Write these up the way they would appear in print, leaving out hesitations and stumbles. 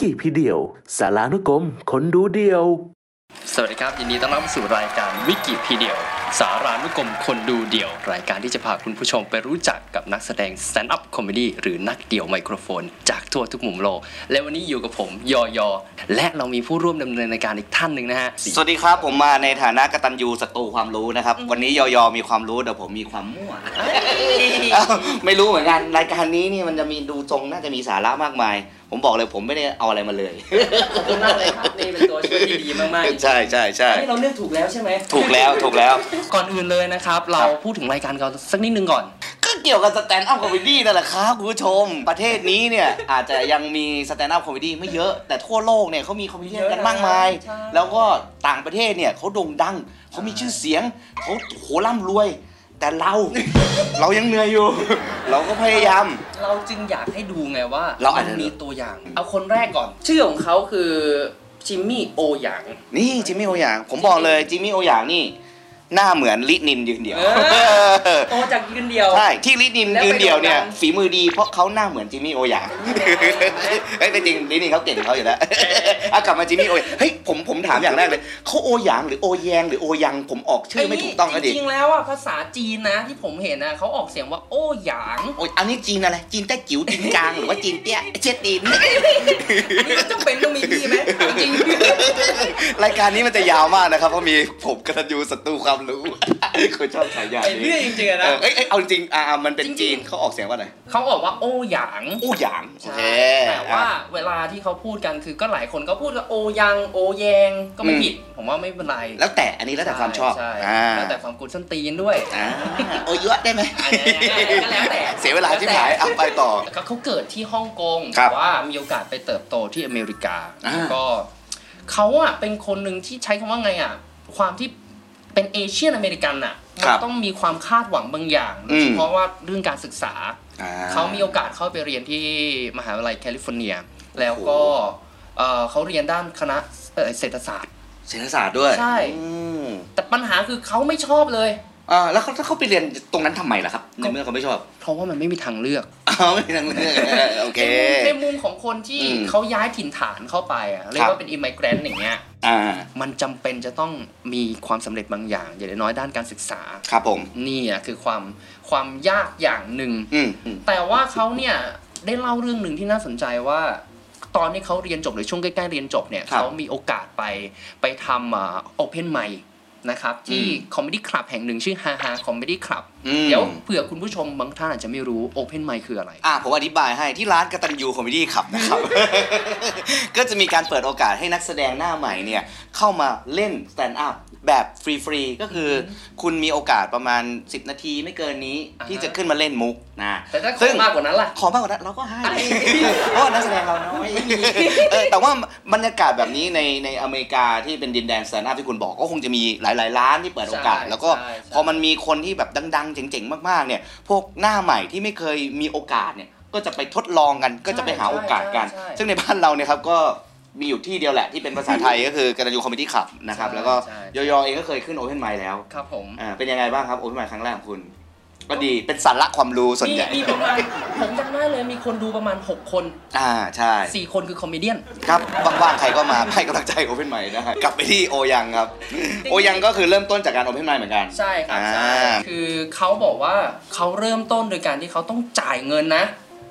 กิพีเดียวสารานุกรมคนดูเดียวสวัสดีครับยินดีต้อนรับสู่รายการวิกิพีเดียวสารานุกรมคนดูเดี่ยวรายการที่จะพาคุณผู้ชมไปรู้จักกับนักแสดงสแตนด์อัพคอมเมดี้หรือนักเดี่ยวไมโครโฟนจากทั่วทุกมุมโลกและวันนี้อยู่กับผมยอยอและเรามีผู้ร่วมดำเนินรายการอีกท่านหนึ่งนะฮะสวัสดีครับผมมาในฐานะกตัญญูศัตรูความรู้นะครับวันนี้ยอยอมีความรู้แต่ผมมีความมั่วไม่รู้เหมือนกันรายการนี้นี่มันจะมีดูทรงน่าจะมีสาระมากมายผมบอกเลยผมไม่ได้เอาอะไรมาเลยขอบคุณมากเลยครับนี่เป็นตัวช่วยที่ดีมากๆใช่ใช่ใช่นี่เราเลือกถูกแล้วใช่ไหมถูกแล้วก่อนอื่นเลยนะครับเราพูดถึงรายการกันสักนิดนึงก่อนก็เกี่ยวกับสแตนด์อัพคอมเมดี้นั่นแหละครับคุณผู้ชมประเทศนี้เนี่ยอาจจะยังมีสแตนด์อัพคอมเมดี้ไม่เยอะแต่ทั่วโลกเนี่ยเขามีคอมเมดี้กันมากมายแล้วก็ต่างประเทศเนี่ยเขาโด่งดังเขามีชื่อเสียงเขาโหร่ำรวยแต่เรายังเหนื่อยอยู่เราก็พยายามเราจึงอยากให้ดูไงว่าเราอาจจะมีตัวอย่างเอาคนแรกก่อนชื่อของเขาคือจิมมี่โอหยางนี่จิมมี่โอหยางผมบอกเลยจิมมี่โอหยางนี่หน้าเหมือนลินินยืนเดี่ยวโตจากยืนเดี่ยวใช่ที่ลินินยืนเดี่ยวเนี่ยฝีมือดีเพราะเขาหน้าเหมือนจิมมี่โอหยางเฮ้ยจริงลินินเขาเก่งเขาอยู่แล้วกลับมาจิมมี่โอเฮ้ยผมถามอย่างแรกเลยเขาโอหยางหรือโอแยงหรือโอยังผมออกชื่อไม่ถูกต้องนะดิจริงๆแล้วอ่ะภาษาจีนนะที่ผมเห็นนะเขาออกเสียงว่าโอหยางอันนี้จีนอะไรจีนแต้จิ๋วจีนกลางหรือว่าจีนเตี้ยเช็ดตีนนี่จำเป็นต้องมีพี่ไหมจริงรายการนี้มันจะยาวมากนะครับเพราะมีผมกตัญญูศัตรูความรู้คนชอบฉายานี้จริงๆนะเอาจริงมันเป็นจีนเขาออกเสียงว่าอะไรเขาออกว่าโอหยางโอหยางโอเคแต่ว่าเวลาที่เขาพูดกันคือก็หลายคนก็พูดว่าโอยังโอแยงก็ไม่ผิดผมว่าไม่เป็นไรแล้วแต่อันนี้แล้วแต่ความชอบแล้วแต่ความกุศลตีนด้วยโอเยอะได้ไหมก็แล้วแต่เสียเวลาที่หายเอาไปต่อเขาเกิดที่ฮ่องกงแต่ว่ามีโอกาสไปเติบโตที่อเมริกาก็เขาอ่ะเป็นคนหนึ่งที่ใช้คำว่าไงอ่ะความที่เป็นเอเชียนอเมริกันอ่ะมันต้องมีความคาดหวังบางอย่างเพราะว่าเรื่องการศึกษาเขามีโอกาสเข้าไปเรียนที่มหาวิทยาลัยแคลิฟอร์เนียแล้วก็เขาเรียนด้านคณะเศรษฐศาสตร์ด้วยใช่แต่ปัญหาคือเขาไม่ชอบเลยแล้วเขาไปเรียนตรงนั้นทำไมล่ะครับในเมื่อเขาไม่ชอบเพราะว่ามันไม่มีทางเลือกไม่มีทางเลือกโอเคในมุมของคนที่เขาย้ายถิ่นฐานเข้าไปเรียกว่าเป็นอิมไมเกรนต์อย่างเงี้ยมันจำเป็นจะต้องมีความสำเร็จบางอย่างอย่างน้อยด้านการศึกษาครับผมนี่คือความยากอย่างหนึ่งแต่ว่าเขาเนี่ยได้เล่าเรื่องหนึ่งที่น่าสนใจว่าตอนที่เขาเรียนจบหรือช่วงใกล้ๆเรียนจบเนี่ยเขามีโอกาสไปทำOpen Micนะครับที่คอมเมดี้คลับแห่งหนึ่งชื่อฮาฮาคอมเมดี้คลับเดี๋ยวเผื่อคุณผู้ชมบางท่านอาจจะไม่รู้ Open Mic คืออะไรผมอธิบายให้ที่ร้านกตัญญูคอมเมดี้คลับนะครับ ก็จะมีการเปิดโอกาสให้นักแสดงหน้าใหม่เนี่ยเข้ามาเล่นสแตนด์อัพแบบฟรีๆก็คือคุณมีโอกาสประมาณ10นาทีไม่เกินนี้ที่จะขึ้นมาเล่นมุกนะแต่ถ้าขอมากกว่านั้นล่ะขอมากกว่านั้นเราก็ให้เพราะนักแสดงเราน้อยแต่ว่าบรรยากาศแบบนี้ในอเมริกาที่เป็นดินแดนสแตนด์อัพที่คุณบอกก็คงจะมีหลายๆร้านที่เปิดโอกาสแล้วก็พอมันมีคนที่แบบดังๆเจ๋งๆมากๆเนี่ยพวกหน้าใหม่ที่ไม่เคยมีโอกาสเนี่ยก็จะไปทดลองกันก็จะไปหาโอกาสกันซึ่งในบ้านเราเนี่ยครับก็มีอยู่ที่เดียวแหละที่เป็นภาษาไทยก็คือกตัญญูคอมเมดี้คลับนะครับแล้วก็ยอยเองก็เคยขึ้นโอเพนไมค์แล้วครับผมเป็นยังไงบ้างครับโอเพนไมค์ครั้งแรกของคุณก็ดีเป็นสาระความรู้ส่วนใหญ่มีประมาณผมจำได้เลยมีคนดูประมาณ6คนใช่ 4คนคือคอมเมเดี้ครับว่างๆใครก็มาให้กำลังใจโอเพนไมค์ได้กลับไปที่โอยังครับโอยังก็คือเริ่มต้นจากการโอเพนไมค์เหมือนกันใช่ครับคือเขาบอกว่าเขาเริ่มต้นโดยการที่เขาต้องจ่ายเงินนะ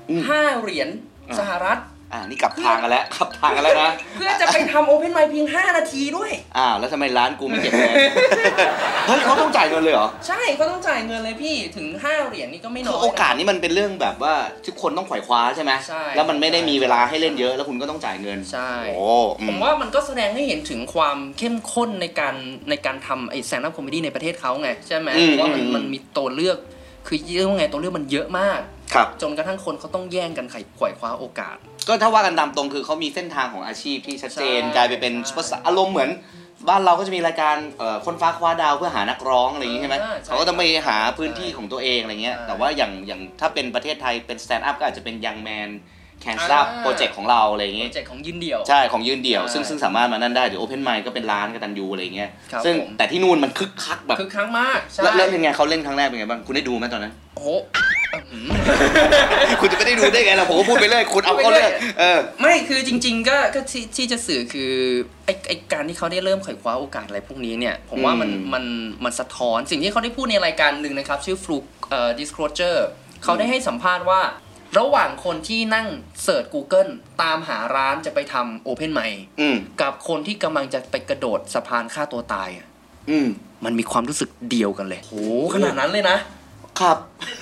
5 เหรียญสหรัฐนี่กลับทางกันแล้วนะเพื่อจะไปทำโอเพนไมค์เพียง5นาทีด้วยแล้วทำไมร้านกูไม่เก็บเงินเฮ้ยเขาต้องจ่ายเงินเลยเหรอใช่เขาต้องจ่ายเงินเลยพี่ถึง5 เหรียญนี่ก็ไม่น้อยโอกาสนี้มันเป็นเรื่องแบบว่าทุกคนต้องไขว่คว้าใช่ไหมแล้วมันไม่ได้มีเวลาให้เล่นเยอะแล้วคุณก็ต้องจ่ายเงินใช่ผมว่ามันก็แสดงให้เห็นถึงความเข้มข้นในการทำไอ้แซนด์อัพคอมเมดี้ในประเทศเขาไงใช่ไหมว่ามันมีตัวเลือกคือเยอะไงตัวเลือกมันเยอะมากจนกระทั่งคนเขาต้องแย่งกันไขว่คว้าโอกาสก็ถ้าว่ากันตามตรงคือเขามีเส้นทางของอาชีพที่ชัดเจนกลายไปเป็นซุปเปอร์สตาร์อารมณ์เหมือนบ้านเราก็จะมีรายการคนฟ้าคว้าดาวเพื่อหานักร้องอะไรอย่างนี้ใช่ไหมเขาก็ต้องไปหาพื้นที่ของตัวเองอะไรเงี้ยแต่ว่าอย่างถ้าเป็นประเทศไทยเป็นสแตนด์อัพก็อาจจะเป็นยังแมนแคนซับโปรเจกต์ของเราอะไรอย่างเงี้ยโปรเจกต์ของยืนเดี่ยวใช่ของยืนเดี่ยวซึ่งสามารถมานั่นได้หรือโอเพนไมค์ก็เป็นร้านกตัญญูอะไรอย่างเงี้ยซึ่งแต่ที่นู่นมันคึกคักแบบคึกคักมากแล้วเป็นไงเขาเล่นครั้งแรกเป็นไงบ้างคุณได้ดูไหมตอนนั้นโอ้คุณจะไม่ได้ดูได้ไงล่ะผมก็พูดไปเลยคุณเอาเข้าเรื่องไม่คือจริงๆก็ที่จะสื่อคือไอการที่เขาได้เริ่มไขว่คว้าโอกาสอะไรพวกนี้เนี่ยผมว่ามันสะท้อนสิ่งที่เขาได้พูดในรายการหนึ่งนะครับชื่อ Fluke Disclosure เขาได้ให้สัมภาษณ์ว่าระหว่างคนที่นั่งเสิร์ช Google ตามหาร้านจะไปทำ Open Mic กับคนที่กำลังจะไปกระโดดสะพานฆ่าตัวตายมันมีความรู้สึกเดียวกันเลยโหขนาดนั้นเลยนะครับ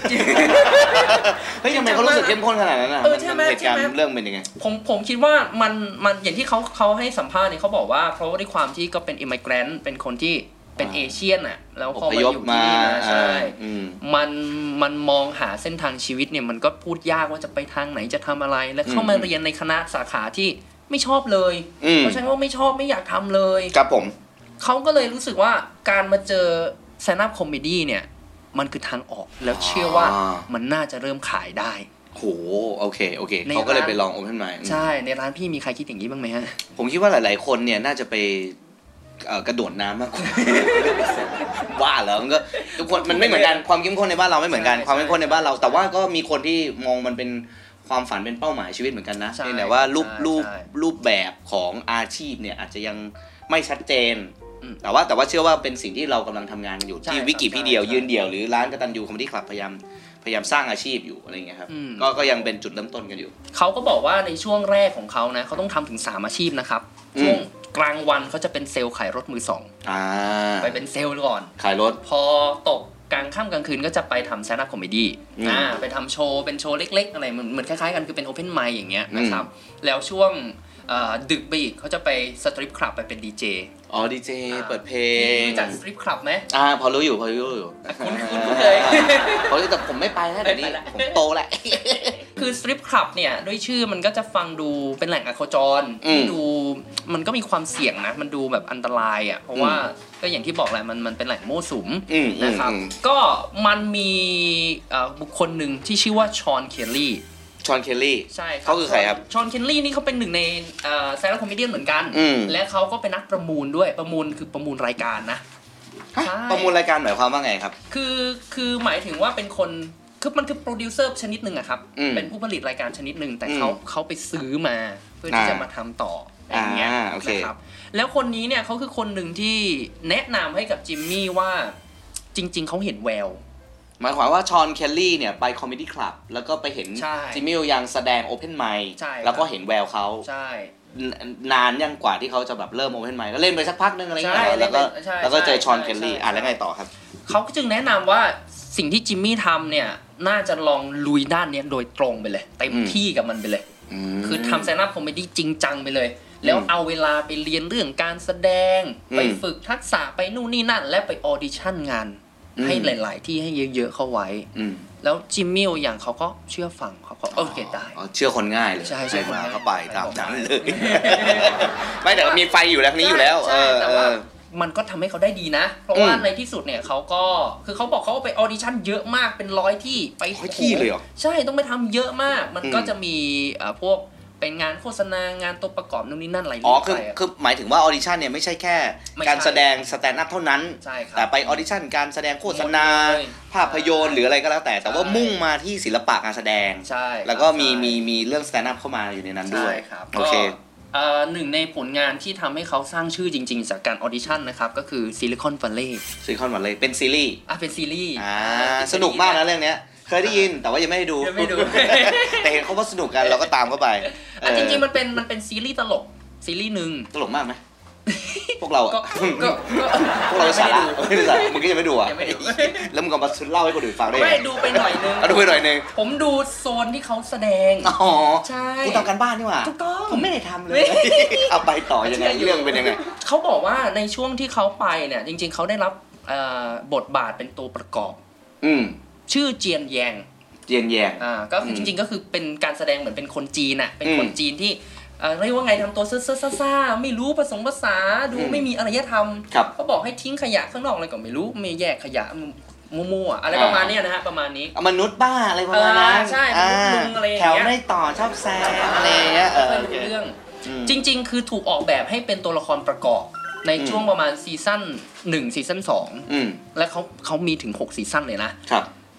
เฮ้ยทำไมเขารู้สึกเข้มข้นขนาดนั้นอ่ะเหตุการณ์เรื่องเป็นยังไงผมคิดว่ามันอย่างที่เขาให้สัมภาษณ์เนี่ยเขาบอกว่าเพราะว่าด้วยความที่ก็เป็น immigrant เป็นคนที่เป็นเอเชียนอ่ะแล้วพอมาอยู่ที่นี่นะใช่มันมองหาเส้นทางชีวิตเนี่ยมันก็พูดยากว่าจะไปทางไหนจะทำอะไรแล้วเข้ามาเรียนในคณะสาขาที่ไม่ชอบเลยเพราะฉะนั้นว่าไม่ชอบไม่อยากทำเลยครับผมเขาก็เลยรู้สึกว่าการมาเจอ stand up comedy เนี่ยมันคือทางออกแล้วเชื่อว่ามันน่าจะเริ่มขายได้โหโอเคเขาก็เลยไปลอง Open Mic ใช่ในร้านพี่มีใครคิดอย่างนี้บ้างไหมฮะผมคิดว่าหลายๆคนเนี่ยน่าจะไปกระโดดน้ำมากกว่าว่าแล้วมันก็ทุกคนมันไม่เหมือนกันความเข้มข้นในบ้านเราไม่เหมือนกันความเข้มข้นในบ้านเราแต่ว่าก็มีคนที่มองมันเป็นความฝันเป็นเป้าหมายชีวิตเหมือนกันนะแต่ว่ารูปแบบของอาชีพเนี่ยอาจจะยังไม่ชัดเจนแต่ว่าเชื่อว่าเป็นสิ่งที่เรากำลังทำงานอยู่ที่วิกิพีเดียวยืนเดี่ยวหรือร้านกตัญญูคอมเมดี้คลับพยายามสร้างอาชีพอยู่อะไรเงี้ยครับก็ยังเป็นจุดเริ่มต้นกันอยู่เขาก็บอกว่าในช่วงแรกของเขานะเขาต้องทำถึง3อาชีพนะครับช่วงกลางวันเขาจะเป็นเซลล์ขายรถมือสองไปเป็นเซลล์ก่อนขายรถพอตกกลางค่ำกลางคืนก็จะไปทำแซนด์อัพคอมเมดี้ไปทำโชว์เป็นโชว์เล็กๆอะไรเหมือนคล้ายๆกันคือเป็นโอเพนไมค์อย่างเงี้ยนะครับแล้วช่วงดึกไปอีกเขาจะไปสตริปคลับไปเป็นดีเจดีเจเปิดเพลงรู้จักสตริปคลับไหมพอรู้อยู่คุณเคยพอรู้แต่ผมไม่ไปแล้วเดี๋ยวนี้ผมโตแล้วคือสตริปคลับเนี่ยด้วยชื่อมันก็จะฟังดูเป็นแหล่งอโคจรที่ดูมันก็มีความเสี่ยงนะมันดูแบบอันตรายอ่ะเพราะว่าก็อย่างที่บอกแหละมันเป็นแหล่งโม้สุมนะครับก็มันมีบุคคลหนึ่งที่ชื่อว่าชอนเคลลี่ใช่เขาคือใครครับชอนเคลลี่นี่เขาเป็นหนึ่งในแซนด์อัพคอมเมดี้เหมือนกันและเขาก็เป็นนักประมูลด้วยประมูลรายการนะประมูลรายการหมายความว่าไงครับคือหมายถึงว่าเป็นคนคือมันคือโปรดิวเซอร์ชนิดหนึ่งอะครับเป็นผู้ผลิตรายการชนิดหนึ่งแต่เขาไปซื้อมาเพื่อที่จะมาทำต่ออย่างเงี้ยนะครับแล้วคนนี้เนี่ยเขาคือคนหนึ่งที่แนะนำให้กับจิมมี่ว่าจริงๆเขาเห็นแววหมายความว่าชอนเคลลี่เนี่ยไปคอมเมดี้คลับแล้วก็ไปเห็นจิมมี่ยังแสดงโอเพนไมค์แล้วก็เห็นแววเขานานยังกว่าที่เขาจะแบบเริ่มโอเพนไมค์ก็เล่นไปสักพักนึงอะไรเงี้ยแล้วก็เจอชอนเคลลี่แล้วไงต่อครับเขาจึงแนะนำว่าสิ่งที่จิมมี่ทำเนี่ยน่าจะลองลุยด้านนี้โดยตรงไปเลยเต็มที่กับมันไปเลยคือทำแซนด์อัพคอมเมดี้จริงจังไปเลยแล้วเอาเวลาไปเรียนเรื่องการแสดงไปฝึกทักษะไปนู่นนี่นั่นและไปออดิชั่นงานให้หลายๆที่ให้เยอะๆเข้าไว้แล้วจิมมี่อย่างเขาก็เชื่อฟังเขาก็โอเคได้เชื่อคนง่ายเลยใช่มาเข้าไปตามนั้นเลยไม่แต่มีไฟอยู่แล้วนี้อยู่แล้วแต่ว่ามันก็ทำให้เขาได้ดีนะเพราะว่าในที่สุดเนี่ยเขาก็คือเขาบอกเขาไปออดิชั่นเยอะมากเป็น100ที่ไปที่เลยเหรอใช่ต้องไปทำเยอะมากมันก็จะมีพวกเป็นงานโฆษณางานตัวประกอบนู่นนี่นั่นอะไรคือหมายถึงว่าออดิชั่นเนี่ยไม่ใช่แค่การแสดงสแตนด์อัพเท่านั้นแต่ไปออดิชั่นการแสดงโฆษณาภาพยนตร์หรืออะไรก็แล้วแต่ว่ามุ่งมาที่ศิลปะการแสดงแล้วก็มีเรื่องสแตนด์อัพเข้ามาอยู่ในนั้นด้วยโอเคหนึ่งในผลงานที่ทำให้เขาสร้างชื่อจริงๆจากการออดิชั่นนะครับก็คือซิลิคอนวัลเลย์เป็นซีรีส์เป็นซีรีส์สนุกมากนะเรื่องนี้เคยได้ยินแต่ว่ายังไม่ได้ดูแต่เห็นเขาว่าสนุกกันเราก็ตามเข้าไปจริงๆมันเป็นซีรีส์ตลกซีรีส์นึงตลกมากไหมพวกเราพวกเราสาระมึงก็ยังไม่ดูอ่ะแล้วมึงก็มาเล่าให้คนอื่นฟังได้ไม่ดูไปหน่อยนึงดูไปหน่อยนึงผมดูโซนที่เขาแสดงใช่กูทำกันบ้านนี่หว่าถูกต้องผมไม่ได้ทำเลยเอาไปต่อยังไงเรื่องเป็นยังไงเขาบอกว่าในช่วงที่เขาไปเนี่ยจริงๆเขาได้รับบทบาทเป็นตัวประกอบชื่อเจียนแยงก็จริงๆก็คือเป็นการแสดงเหมือนเป็นคนจีนอ่ะเป็นคนจีนที่เรียกว่าไงทำตัวซ่าไม่รู้ภาษาดูไม่มีอารยธรรมเขาบอกให้ทิ้งขยะข้างนอกอะไรก็ไม่รู้ไม่แยกขยะมั่วๆอะไรประมาณนี้นะฮะประมาณนี้มนุษย์บ้าอะไรประมาณนั้นใช่มนุษย์ลุงอะไรอย่างเงี้ยแถวไม่ต่อชอบแซงอะไรเงี้ยเรื่องจริงๆคือถูกออกแบบให้เป็นตัวละครประกอบในช่วงประมาณซีซั่น1ซีซั่น2และเขามีถึง6ซีซั่นเลยนะครับ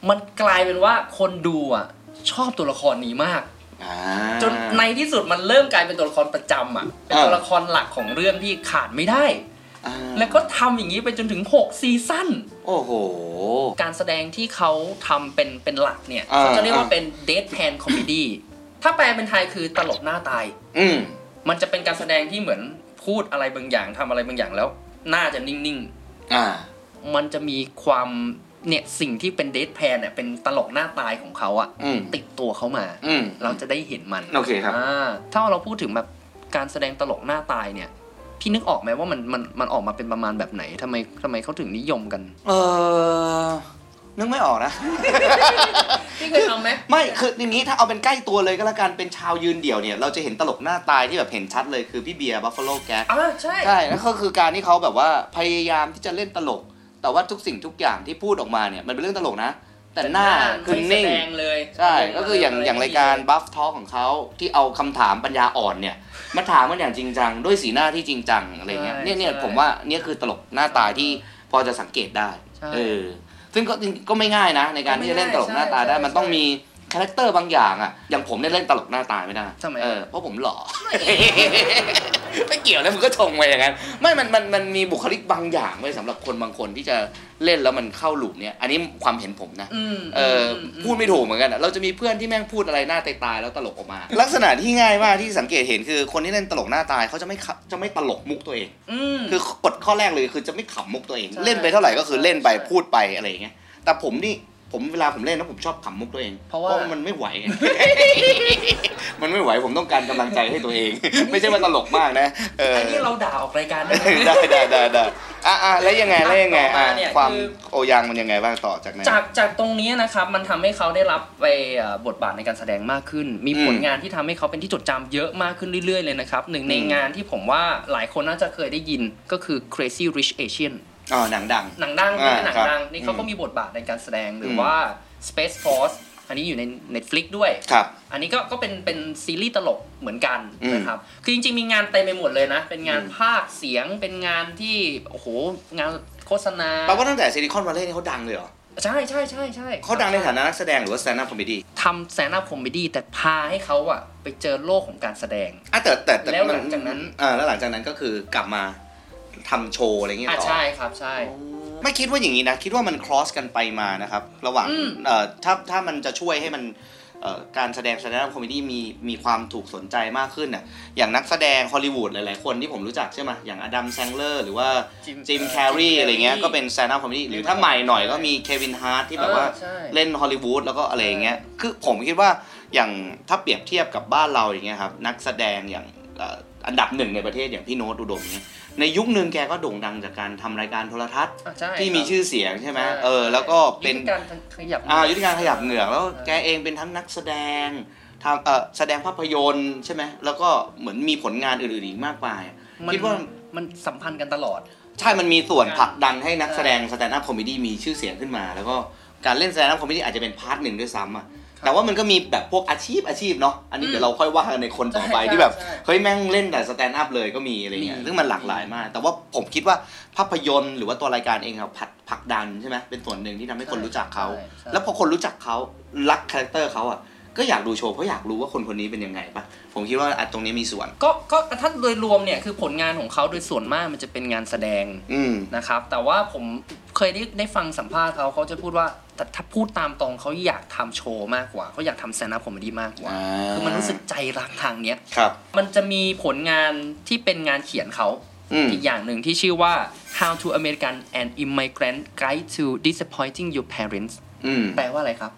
มันกลายเป็นว่าคนดูอ่ะชอบตัวละครนี้มากจนในที่สุดมันเริ่มกลายเป็นตัวละครประจำอ่ะเป็นตัวละครหลักของเรื่องที่ขาดไม่ได้แล้วก็ทำอย่างนี้ไปจนถึง6ซีซั่นโอ้โหการแสดงที่เขาทำเป็นหลักเนี่ยเขาจะเรียกว่าเป็น deadpan comedy ถ้าแปลเป็นไทยคือตลกหน้าตายมันจะเป็นการแสดงที่เหมือนพูดอะไรบางอย่างทำอะไรบางอย่างแล้วหน้าจะนิ่งๆมันจะมีความเนี่ยสิ่งที่เป็นเดทแพนเนี่ยเป็นตลกหน้าตายของเขาอะติดตัวเขามาเราจะได้เห็นมันโอเคครับถ้าเราพูดถึงแบบการแสดงตลกหน้าตายเนี่ยพี่นึกออกไหมว่ามันออกมาเป็นประมาณแบบไหนทำไมเขาถึงนิยมกันนึกไม่ออกนะพี่เคยทำไหมไม่คืออย่างนี้ถ้าเอาเป็นใกล้ตัวเลยก็แล้วกันเป็นชาวยืนเดี่ยวเนี่ยเราจะเห็นตลกหน้าตายที่แบบเห็นชัดเลยคือพี่เบียร์บัฟฟาโลแก๊กใช่แล้วก็คือการที่เขาแบบว่าพยายามที่จะเล่นตลกแต่ว่าทุกสิ่งทุกอย่างที่พูดออกมาเนี่ยมันเป็นเรื่องตลกนะแต่หน้าคือนิ่งใช่ก็คืออย่างรายการบัฟทอล์กของเขาที่เอาคำถามปัญญาอ่อนเนี่ยมาถามกันอย่างจริงจังด้วยสีหน้าที่จริงจังอะไรเงี้ยเนี่ยผมว่าเนี่ยคือตลกหน้าตายที่พอจะสังเกตได้ซึ่งก็ไม่ง่ายนะในการที่จะเล่นตลกหน้าตาได้มันต้องมีคาแรคเตอร์บางอย่างอ่ะอย่างผมเนี่ยเล่นตลกหน้าตาไม่ได้เพราะผมหล่อไม่เกี่ยวแล้วมันก็ชงไปอย่างนั้นไม่มันมีบุคลิกบางอย่างไว้สำหรับคนบางคนที่จะเล่นแล้วมันเข้าหลุมเนี่ยอันนี้ความเห็นผมนะพูดไม่ถูกเหมือนกันเราจะมีเพื่อนที่แม่งพูดอะไรหน้าตายแล้วตลกออกมาลักษณะที่ง่ายมากที่สังเกตเห็นคือคนที่เล่นตลกหน้าตายเขาจะไม่ตลกมุกตัวเองคือกฎข้อแรกเลยคือจะไม่ขำมุกตัวเองเล่นไปเท่าไหร่ก็คือเล่นไปพูดไปอะไรอย่างเงี้ยแต่ผมเวลาผมเล่นนะผมชอบขำมุกตัวเองเพราะมันไม่ไหว มันไม่ไหวผมต้องการกำลังใจให้ตัวเองไม่ใช่ว่าตลกมากนะอันนี้เราด่าออกรายการได้แล้วยังไงความโอยังมันยังไงบ้างต่อจากนั้นจากตรงนี้นะครับมันทำให้เขาได้รับไปบทบาทในการแสดงมากขึ้นมีผลงานที่ทำให้เขาเป็นที่จดจำเยอะมากขึ้นเรื่อยๆเลยนะครับหนึ่งในงานที่ผมว่าหลายคนน่าจะเคยได้ยินก็คือ Crazy Rich Asian หนังดังนี่หนังดังนี่เขาก็มีบทบาทในการแสดงหรือว่า Space Force อันนี้อยู่ใน Netflix ด้วยอันนี้ก็เป็นซีรีส์ตลกเหมือนกันนะครับคือจริงๆมีงานเต็มไปหมดเลยนะเป็นงานพากย์เสียงเป็นงานที่โอ้โหงานโฆษณาแปลว่าตั้งแต่ซิลิคอนวัลเลย์นี่เขาดังเลยเหรอใช่เขาดังในฐานะนักแสดงหรือว่า stand up comedy ทำ stand up comedy แต่พาให้เขาอะไปเจอโลกของการแสดงแต่แล้วหลังจากนั้นแล้วหลังจากนั้นก็คือกลับมาทำโชว์อะไรเงี้ยต่อใช่ครับใช่ไม่คิดว่าอย่างนี้นะคิดว่ามัน cross กันไปมานะครับระหว่างถ้ามันจะช่วยให้มันการแสดงคอมเมดี้มีความถูกสนใจมากขึ้นน่ะอย่างนักแสดงฮอลลีวูดหลายๆคนที่ผมรู้จักใช่ไหมอย่างอดัมแซงเลอร์หรือว่าจิมแคร์รีอะไรเงี้ยก็เป็นสแตนด์อัพคอมเมดี้หรือถ้าใหม่หน่อยก็มีเควินฮาร์ทที่แบบว่าเล่นฮอลลีวูดแล้วก็อะไรอย่างเงี้ยคือผมคิดว่าอย่างถ้าเปรียบเทียบกับบ้านเราอย่างเงี้ยครับนักแสดงอย่างอันดับหนึ่งในประเทศอย่างพี่โน้ตอุดมเนี่ยในยุคนึงแกก็โด่งดังจากการทำรายการโทรทัศน์ที่มีชื่อเสียงใช่ไหมแล้วก็เป็นยุทธการขยับเหงือกแล้วแกเองเป็นทั้งนักแสดงทำแสดงภาพยนตร์ใช่ไหมแล้วก็เหมือนมีผลงานอื่นๆอีกมากมายคิดว่ามันสัมพันธ์กันตลอดใช่มันมีส่วนผลักดันให้นักแสดงสแตนด์อัพคอมเมดี้มีชื่อเสียงขึ้นมาแล้วก็การเล่นสแตนด์อัพคอมเมดี้อาจจะเป็นพาร์ทหนึ่งด้วยซ้ำแต่ว่ามันก็มีแบบพวกอาชีพเนาะอันนี้เดี๋ยวเราค่อยว่ากันในคนต่อไปที่แบบเฮ้ยแม่งเล่นแต่สแตนด์อัพเลยก็มีอะไรเงี้ยซึ่งมันหลากหลายมากแต่ว่าผมคิดว่าภาพยนตร์หรือว่าตัวรายการเองครับผลักดันใช่ไหมเป็นส่วนหนึ่งที่ทำให้คนรู้จักเขาแล้วพอคนรู้จักเขารักคาแรคเตอร์เขาก็อยากดูโชว์เพราะอยากรู้ว่าคนนี้เป็นยังไงป่ะผมคิดว่าตรงนี้มีส่วนก็ถ้าโดยรวมเนี่ยคือผลงานของเขาโดยส่วนมากมันจะเป็นงานแสดงนะครับแต่ว่าผมเคยได้ฟังสัมภาษณ์เขาจะพูดว่าแต่ถ้าพูดตามตรงเขาอยากทำโชว์มากกว่าเขาอยากทำ stand up comedy มากกว่าคือมันรู้สึกใจรักทางเนี้ยมันจะมีผลงานที่เป็นงานเขียนเขาอีกอย่างหนึ่งที่ชื่อว่า How to American and Immigrant Guide to Disappointing Your Parents แปลว่าอะไรครับ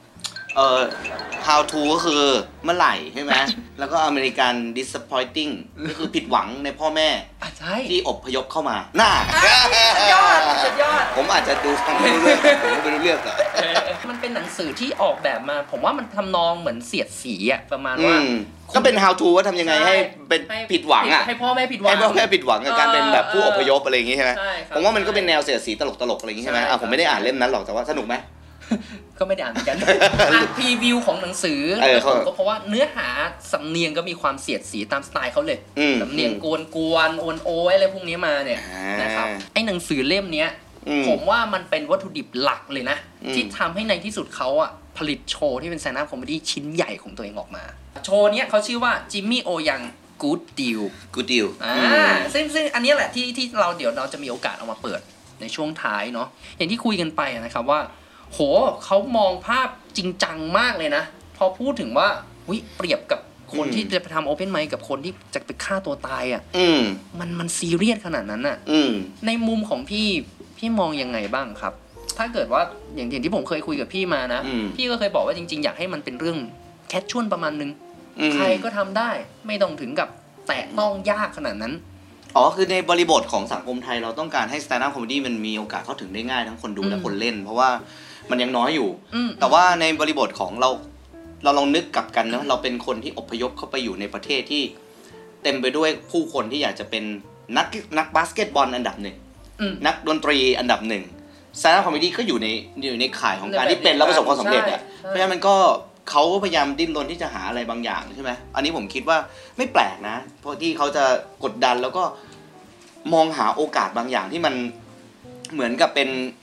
how to ก็คือเมื่อไหร่ใช่ไหม แล้วก็อเมริกัน disappointing ก็คือผิดหวังในพ่อแม่ที่อพยพเข้ามาน่าสุดยอดผมอาจจะดูฟังไม่รู้เรื่องผมไม่รู้เรื่องอะมันเป็นหนังสือที่ออกแบบมาผมว่ามันทำนองเหมือนเสียดสีอะประมาณว่าก็เป็น how to ว่าทำยังไงให้เป็นผิดหวังอะให้พ่อแม่ผิดหวังกับการเป็นแบบผู้อพยพอะไรอย่างงี้ใช่ไหมผมว่ามันก็เป็นแนวเสียดสีตลกอะไรอย่างงี้ใช่ไหมผมไม่ได้อ่านเล่มนั้นหรอกแต่ว่าสนุกไหมก็ไม่ได้อ่านเหมือนกันอ่านพรีวิวของหนังสือก็เพราะว่าเนื้อหาสำเนียงก็มีความเสียดสีตามสไตล์เขาเลยสำเนียงกวนโอนโออะไรพวกนี้มาเนี่ยนะครับไอ้หนังสือเล่มเนี้ยผมว่ามันเป็นวัตถุดิบหลักเลยนะที่ทำให้ในที่สุดเขาอะผลิตโชว์ที่เป็นแซนด์อัพคอมเมดี้ชิ้นใหญ่ของตัวเองออกมาโชว์เนี้ยเขาชื่อว่าจิมมี่โอยัง Good Deal Good Deal ซึ่งอันนี้แหละที่เราเดี๋ยวเราจะมีโอกาสเอามาเปิดในช่วงท้ายเนาะอย่างที่คุยกันไปนะครับว่าโหเขามองภาพจริงจังมากเลยนะพอพูดถึงว่าเปรียบกับคนที่จะไปทำโอเพนไมค์กับคนที่จะไปฆ่าตัวตายอ่ะมันซีเรียสขนาดนั้นอ่ะในมุมของพี่มองยังไงบ้างครับถ้าเกิดว่าอย่างที่ผมเคยคุยกับพี่มานะพี่ก็เคยบอกว่าจริงๆอยากให้มันเป็นเรื่องแคชชวลประมาณนึงใครก็ทำได้ไม่ต้องถึงกับแตะต้องยากขนาดนั้นคือในบริบทของสังคมไทยเราต้องการให้ stand up comedy มันมีโอกาสเข้าถึงได้ง่ายทั้งคนดูและคนเล่นเพราะว่ามันยังน้อยอยู่แต่ว่าในบริบทของเราลองนึกกลับกันเนาะเราเป็นคนที่อพยพเข้าไปอยู่ในประเทศที่เต็มไปด้วยผู้คนที่อยากจะเป็นนักบาสเกตบอลอันดับหนึ่งนักดนตรีอันดับหนึ่ง stand up comedy ก็อยู่ในข่ายของการที่เป็นแล้วประสบความสำเร็จอ่ะเพราะฉะนั้นมันก็เขาพยายามดิ้นรนที่จะหาอะไรบางอย่างใช่ไหมอันนี้ผมคิดว่าไม่แปลกนะเพราะที่เขาจะกดดันแล้วก็มองหาโอกาสบางอย่างที่มันเหมือนกับ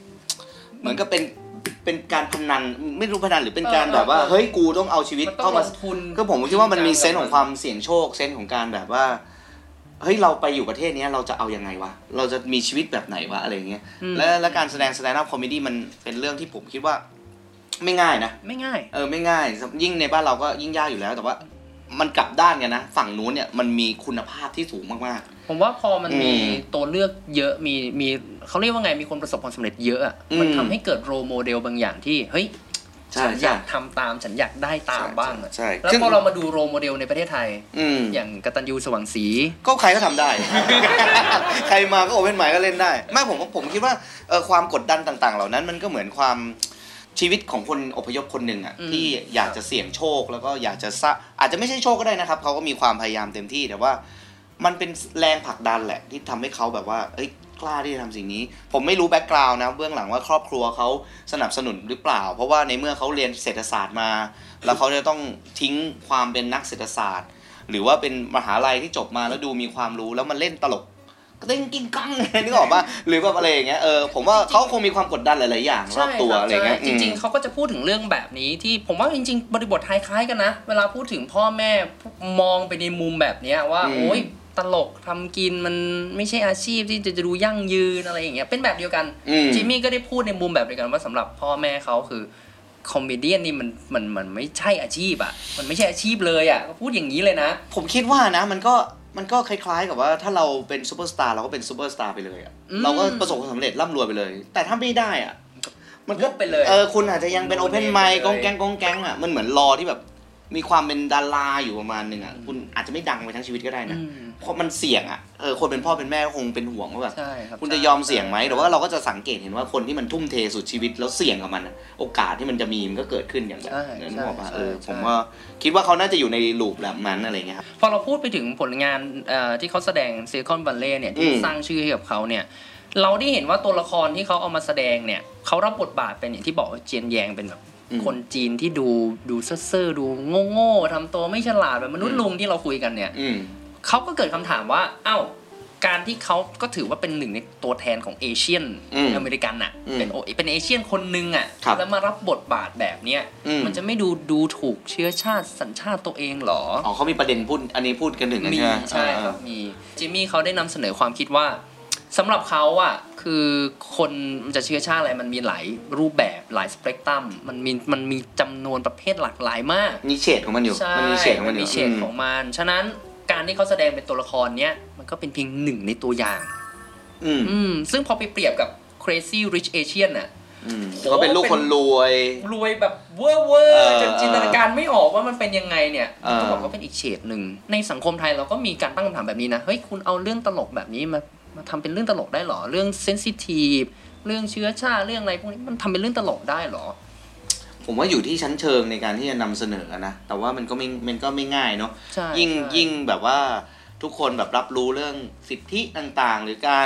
เป็นการพนันไม่รู้พนันหรือเป็นการแบบว่าเฮ้ยกูต้องเอาชีวิตเข้ามาก็ผมคิดว่ามันมีเซนส์ของความเสี่ยงโชคเซนส์ของการแบบว่าเฮ้ยเราไปอยู่ประเทศนี้เราจะเอายังไงวะเราจะมีชีวิตแบบไหนวะอะไรเงี้ยและการแสดงอัพคอมเมดี้มันเป็นเรื่องที่ผมคิดว่าไม่ง่ายนะไม่ง่ายไม่ง่ายยิ่งในบ้านเราก็ยิ่งยากอยู่แล้วแต่ว่ามันกลับด้านกันนะฝั่งนู้นเนี่ยมันมีคุณภาพที่สูงมากๆผมว่าพอมันมีตัวเลือกเยอะมีเขาเรียกว่าไงมีคนประสบความสำเร็จเยอะอ่ะมันทำให้เกิดโรโมเดลบางอย่างที่เฮ้ยฉันอยากทำตามฉันอยากได้ตามบ้างแล้วพอเรามาดูโรโมเดลในประเทศไทยอย่างกตัญญูสว่างศรีก็ใครก็ทำได้ ใครมาก็โอเพ่นไมค์ก็เล่นได้ไม่ผมคิดว่าความกดดันต่างๆเหล่านั้นมันก็เหมือนความชีวิตของคนอพยพคนหนึ่งอ่ะที่อยากจะเสี่ยงโชคแล้วก็อยากจะอาจจะไม่ใช่โชคก็ได้นะครับเขาก็มีความพยายามเต็มที่แต่ว่ามันเป็นแรงผลักดันแหละที่ทำให้เขาแบบว่ากล้าที่จะทำสิ่งนี้ผมไม่รู้แบ็กกราวน์นะเบื้องหลังว่าครอบครัวเขาสนับสนุนหรือเปล่าเพราะว่าในเมื่อเขาเรียนเศรษฐศาสตร์มาแล้วเขาจะต้องทิ้งความเป็นนักเศรษฐศาสตร์หรือว่าเป็นมหาลัยที่จบมาแล้วดูมีความรู้แล้วมันเล่นตลกเต้นกิ้งกังนึกออกป่ะหรือแบบอะไรอย่างเงี้ยผมว่าเขาคงมีความกดดันหลายๆอย่างรอบตัวอะไรเงี้ยจริงๆเขาก็จะพูดถึงเรื่องแบบนี้ที่ผมว่าจริงๆบริบทคล้ายๆกันนะเวลาพูดถึงพ่อแม่มองไปในมุมแบบนี้ว่าโอ๊ยตลกทำกินมันไม่ใช่อาชีพที่จะดูยั่งยืนอะไรอย่างเงี้ยเป็นแบบเดียวกันจิมมี่ก็ได้พูดในมุมแบบเดียวกันว่าสำหรับพ่อแม่เขาคือคอมเมเดี้นี่มันไม่ใช่อาชีพอ่ะมันไม่ใช่อาชีพเลยอ่ะก็พูดอย่างนี้เลยนะผมคิดว่านะมันก็คล้ายๆกับว่าถ้าเราเป็นซูเปอร์สตาร์เราก็เป็นซูเปอร์สตาร์ไปเลยอ่ะเราก็ประสบความสำเร็จร่ำรวยไปเลยแต่ถ้าไม่ได้อ่ะมันก็ไปเลยคุณอาจจะยังเป็นโอเพนไมค์กองแก๊งอ่ะมันเหมือนรอที่แบบมีความเป็นดาราอยู่ประมาณนึงอ่ะคุณอาจจะไม่ดังไปทั้งชีวิตก็ได้นะเพราะมันเสี่ยงอ่ะคนเป็นพ่อเป็นแม่ก็คงเป็นห่วงว่าแบบคุณจะยอมเสี่ยงไหมแต่ว่าเราก็จะสังเกตเห็นว่าคนที่มันทุ่มเทสุดชีวิตแล้วเสี่ยงกับมันโอกาสที่มันจะมีมันก็เกิดขึ้นอย่างแบบนั้นบอกว่าผมว่าคิดว่าเขาน่าจะอยู่ในลูปแบบนั้นอะไรเงี้ยครับพอเราพูดไปถึงผลงานที่เขาแสดงซิลิคอนวัลเลย์เนี่ยที่สร้างชื่อให้กับเขาเนี่ยเราได้เห็นว่าตัวละครที่เขาเอามาแสดงเนี่ยเขารับบทบาทเป็นอย่างที่บอกว่าเจียนแยงเป็นแบบคนจีนที่ดูเซ่อๆดูโง่ๆทำตัวไม่ฉลาดแบบมนุษย์ลุงที่เราคุยกันเนี่ยเขาก็เกิดคำถามว่าการที่เขาก็ถือว่าเป็นหนึ่งในตัวแทนของเอเชียนอเมริกันอ่ะเป็นเอเชียนคนนึงอ่ะแล้วมารับบทบาทแบบเนี้ยมันจะไม่ดูถูกเชื้อชาติสัญชาติตัวเองหรอเขามีประเด็นพูดอันนี้พูดกันถึงนะใช่ครับมีจิมมี่เขาได้นำเสนอความคิดว่าสำหรับเขาอ่ะคือคนมันจะเชื้อชาติอะไรมันมีหลายรูปแบบหลายสเปกตรัมมันมีจำนวนประเภทหลากหลายมากมีเฉดของมันอยู่มันมีเฉดของมันฉะนั้นการที่เขาแสดงเป็นตัวละครเนี้ยมันก็เป็นเพียงหนึ่งในตัวอย่างซึ่งพอไปเปรียบกับ Crazy Rich Asian น่ะเขาเป็นลูกคนรวยแบบเวอร์จนจินตนาการไม่ออกว่ามันเป็นยังไงเนี่ยต้องบอกว่าเป็นอีกเฉดหนึ่งในสังคมไทยเราก็มีการตั้งคำถามแบบนี้นะเฮ้ยคุณเอาเรื่องตลกแบบนี้มาทำเป็นเรื่องตลกได้หรอเรื่องเซนซิทีฟเรื่องเชื้อชาติเรื่องอะไรพวกนี้มันทำเป็นเรื่องตลกได้หรอผมว่าอยู่ที่ชั้นเชิงในการที่จะนำเสนอนะแต่ว่ามันก็ไม่ง่ายเนาะยิ่งแบบว่าทุกคนแบบรับรู้เรื่องสิทธิต่างๆหรือการ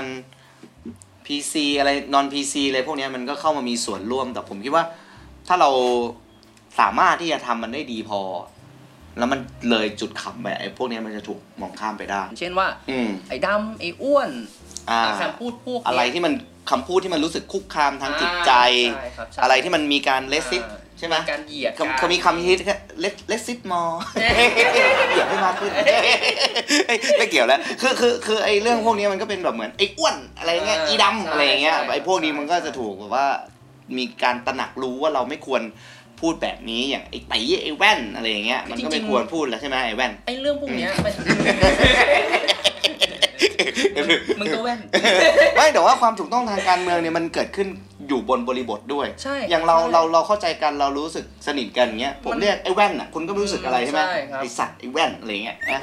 PC อะไร non PC อะไรพวกนี้มันก็เข้ามามีส่วนร่วมแต่ผมคิดว่าถ้าเราสามารถที่จะทำมันได้ดีพอแล้วมันเลยจุดขำไปไอ้พวกนี้มันจะถูกมองข้ามไปได้เช่นว่าไอ้ดำไอ้อ้วนคำพูดพวกอะไรที่มันคำพูดที่มันรู้สึกคุกคามทางจิตใจอะไรที่มันมีการเลสซิตใช่ไหมการเหยียดเขามีคำฮิตเลสซิตมอเหยียดให้มากขึ้นไม่เกี่ยวแล้วคือไอ้เรื่องพวกนี้มันก็เป็นแบบเหมือนไอ้อ้วนอะไรเงี้ยอีดำอะไรเงี้ยไอ้พวกนี้มันก็จะถูกแบบว่ามีการตระหนักรู้ว่าเราไม่ควรพูดแบบนี้อย่างไอ้ไตไอ้แว่นอะไรอย่างเงี้ยมันก็ไม่ควรพูดแล้วใช่ไหมไอ้แว่นไอ้เรื่องพวกนี้มึงก็แว่นไม่แต่ว่าความถูกต้องทางการเมืองเนี่ยมันเกิดขึ้นอยู่บนบริบทด้วยอย่างเราเข้าใจกันเรารู้สึกสนิทกันเงี้ยผมเรียกไอ้แว่นอ่ะคุณก็ไม่รู้สึกอะไรใช่ไหมไอ้สัตว์ไอ้แว่นอะไรเงี้ยนะ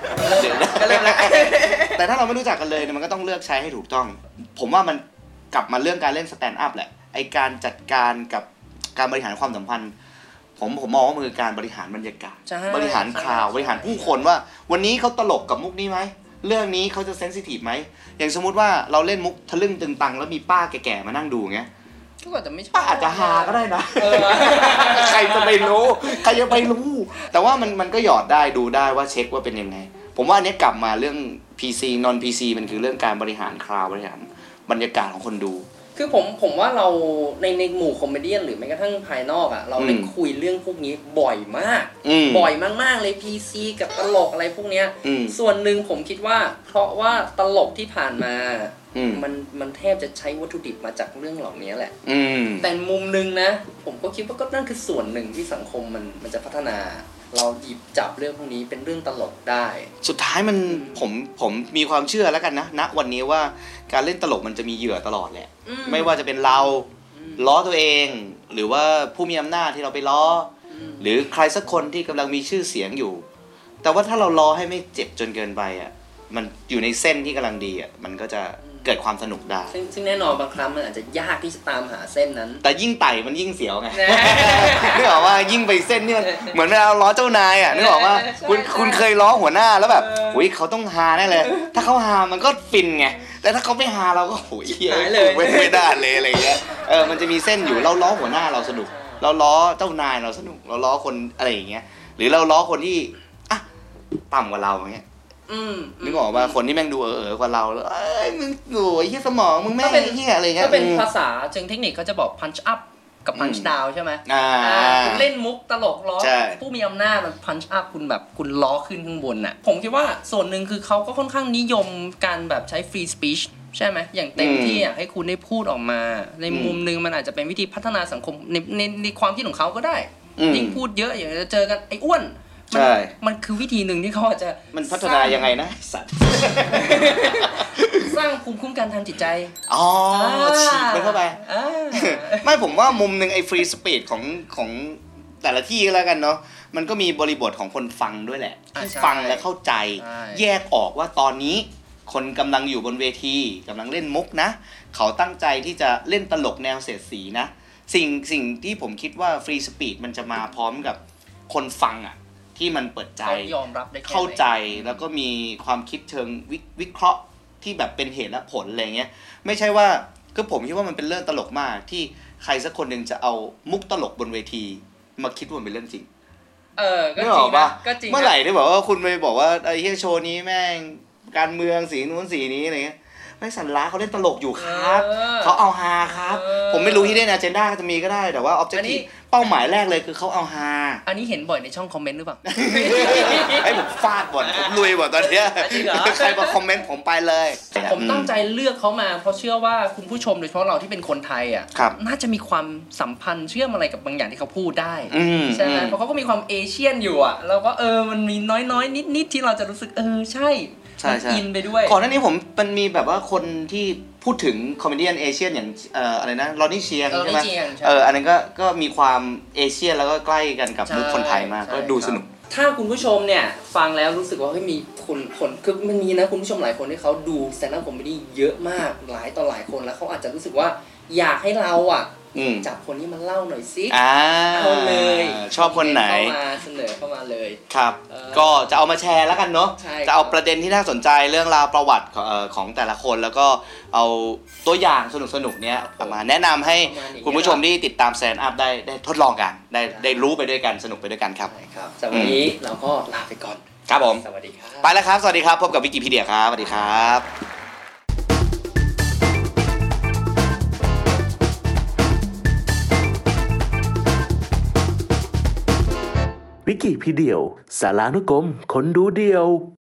แต่ถ้าเราไม่รู้จักกันเลยเนี่ยมันก็ต้องเลือกใช้ให้ถูกต้องผมว่ามันกลับมาเรื่องการเล่นสแตนด์อัพแหละไอ้การจัดการกับการบริหารความสัมพันธ์ผมมองว่ามันคือการบริหารบรรยากาศบริหารคราวบริหารผู้คนว่าวันนี้เขาตลกกับมุกนี้ไหมเรื่องนี้เขาจะเซนซิทีฟไหมอย่างสมมุติว่าเราเล่นมุกทะลึ่งตึงตังแล้วมีป้าแก่ๆมานั่งดูเงี้ยก็อาจจะไม่ป้าอาจจะฮาก็ได้นะใครจะไปรู้ใครจะไปรู้แต่ว่ามันก็หยอดได้ดูได้ว่าเช็คว่าเป็นยังไงผมว่าอันนี้กลับมาเรื่อง PC non PC มันคือเรื่องการบริหารคราวบริหารบรรยากาศของคนดูคือผมว่าเราในหมู่คอมเมเดี้หรือแม้กระทั่งภายนอกอ่ะเราได้คุยเรื่องพวกนี้บ่อยมากบ่อยมากๆเลย PC กับตลกอะไรพวกเนี้ยส่วนหนึ่งผมคิดว่าเพราะว่าตลกที่ผ่านมามันแทบจะใช้วัตถุดิบมาจากเรื่องเหล่านี้แหละแต่มุมนึงนะผมก็คิดว่าก็นั่นคือส่วนหนึ่งที่สังคมมันจะพัฒนาเราหยิบจับเรื่องพวกนี้เป็นเรื่องตลกได้สุดท้ายมันผมมีความเชื่อแล้วกันนะณวันนี้ว่าการเล่นตลกมันจะมีเหยื่อตลอดแหละไม่ว่าจะเป็นเราล้อตัวเองหรือว่าผู้มีอำนาจที่เราไปล้อหรือใครสักคนที่กำลังมีชื่อเสียงอยู่แต่ว่าถ้าเราล้อให้ไม่เจ็บจนเกินไปอ่ะมันอยู่ในเส้นที่กำลังดีอ่ะมันก็จะเกิดความสนุกได้ซึ่งแน่นอนบางครั้งมันอาจจะยากที่จะตามหาเส้นนั้นแต่ยิ่งไต่มันยิ่งเสียวไงนึกออกว่ายิ่งไปเส้นนี่มันเหมือนเวลาล้อเจ้านายอ่ะนึกออกว่าคุณเคยล้อหัวหน้าแล้วแบบอุ้ยเขาต้องฮาแน่เลยถ้าเขาฮามันก็ฟินไงแต่ถ้าเขาไม่ฮาเราก็โหยไม่ได้เลยอะไรเงี้ยมันจะมีเส้นอยู่เราล้อหัวหน้าเราสนุกเราล้อเจ้านายเราสนุกเราล้อคนอะไรอย่างเงี้ยหรือเราล้อคนที่อ่ะต่ำกว่าเราอย่างเงี้ยนึกออกว่าคนที่แม่งดูกว่าเราแล้วมึงโง่เหี้ยสมองมึงแม่งเหี้ยอะไรเงี้ยก็เป็นภาษาเชิงเทคนิคเขาจะบอก punch up กับ punch down ใช่ไหมคุณเล่นมุกตลกล้อผู้มีอำนาจมัน punch up คุณแบบคุณล้อขึ้นข้างบนน่ะผมคิดว่าส่วนหนึ่งคือเขาก็ค่อนข้างนิยมการแบบใช้ free speech ใช่ไหมอย่างเต็มที่อยากให้คุณได้พูดออกมาในมุมนึงมันอาจจะเป็นวิธีพัฒนาสังคมในความคิดของเขาก็ได้ยิ่งพูดเยอะอย่างจะเจอกันไอ้อ้วนมันคือวิธีหนึ่งที่เขาอาจจะมันพัฒนายังไงนะสัตว์สร้างภูมิคุ้มกันทางจิตใจฉีกไปเข้าไปไม่ผมว่ามุมนึงไอ้ฟรีสปีดของแต่ละที่ก็แล้วกันเนาะมันก็มีบริบทของคนฟังด้วยแหละที่ฟังและเข้าใจแยกออกว่าตอนนี้คนกำลังอยู่บนเวทีกำลังเล่นมุกนะเขาตั้งใจที่จะเล่นตลกแนวเสียดสีนะสิ่งที่ผมคิดว่าฟรีสปีดมันจะมาพร้อมกับคนฟังอ่ะที่มันเปิดใจเข้าใจแล้วก็มีความคิดเชิงวิเคราะห์ที่แบบเป็นเหตุและผลอะไรเงี้ยไม่ใช่ว่าคือผมคิดว่ามันเป็นเรื่องตลกมากที่ใครสักคนหนึ่งจะเอามุกตลกบนเวทีมาคิดว่ามันเป็นเรื่องจริงก็จริงนะก็จริงเมื่อไหร่ที่บอกว่าคุณไปบอกว่าไอ้เฮียโชว์นี้แม่งการเมืองสีนู้นสีนี้อะไรเงี้ยไม่สันล้าเขาเล่นตลกอยู่ครับเขาเอาฮาครับผมไม่รู้ที่ได้นะเจนด้าจะมีก็ได้แต่ว่าออบเจกตีฟเป้าหมายแรกเลยคือเขาเอาฮาอันนี้เห็นบ่อยในช่องคอมเมนต์หรือเปล่าไอ้ผมฟาดบ่อยผมลุยบ่อยตอนเนี้ยใครมาคอมเมนต์ผมไปเลยผมตั้งใจเลือกเขามาเพราะเชื่อว่าคุณผู้ชมโดยเฉพาะเราที่เป็นคนไทยอ่ะน่าจะมีความสัมพันธ์เชื่อมอะไรกับบางอย่างที่เขาพูดได้ใช่ไหมเพราะเขาก็มีความเอเชียนอยู่อ่ะแล้วก็มันมีน้อยนิดที่เราจะรู้สึกใช่อินไปด้วยก่อนหน้านี้มันมีแบบว่าคนที่พูดถึงคอมเมดี้เอเชียนอย่างอะไรนะลอนนี่เชียงใช่ไหมอันนั้นก็มีความเอเชียนแล้วก็ใกล้กันกับมุกคนไทยมากก็ดูสนุกถ้าคุณผู้ชมเนี่ยฟังแล้วรู้สึกว่ามีคนคือมันมีนะคุณผู้ชมหลายคนที่เขาดูสแตนด์อัพคอมเมดี้เยอะมากหลายต่อหลายคนแล้วเขาอาจจะรู้สึกว่าอยากให้เราจับคนนี้มาเล่าหน่อยสิเอาเลยชอบคนไหนเสนอเข้ามาเลยครับก็จะเอามาแชร์แล้วกันเนาะจะเอาประเด็นที่น่าสนใจเรื่องราวประวัติของแต่ละคนแล้วก็เอาตัวอย่างสนุกๆเนี้ยมาแนะนำให้คุณผู้ชมที่ติดตามแซนด์อัพได้ทดลองกันได้รู้ไปด้วยกันสนุกไปด้วยกันครับสำหรับวันนี้เราก็ลาไปก่อนครับผมสวัสดีครับไปแล้วครับสวัสดีครับพบกับวิกิพีเดียครับสวัสดีครับวิกิพีเดียวสารานุกรมคนดูเดียว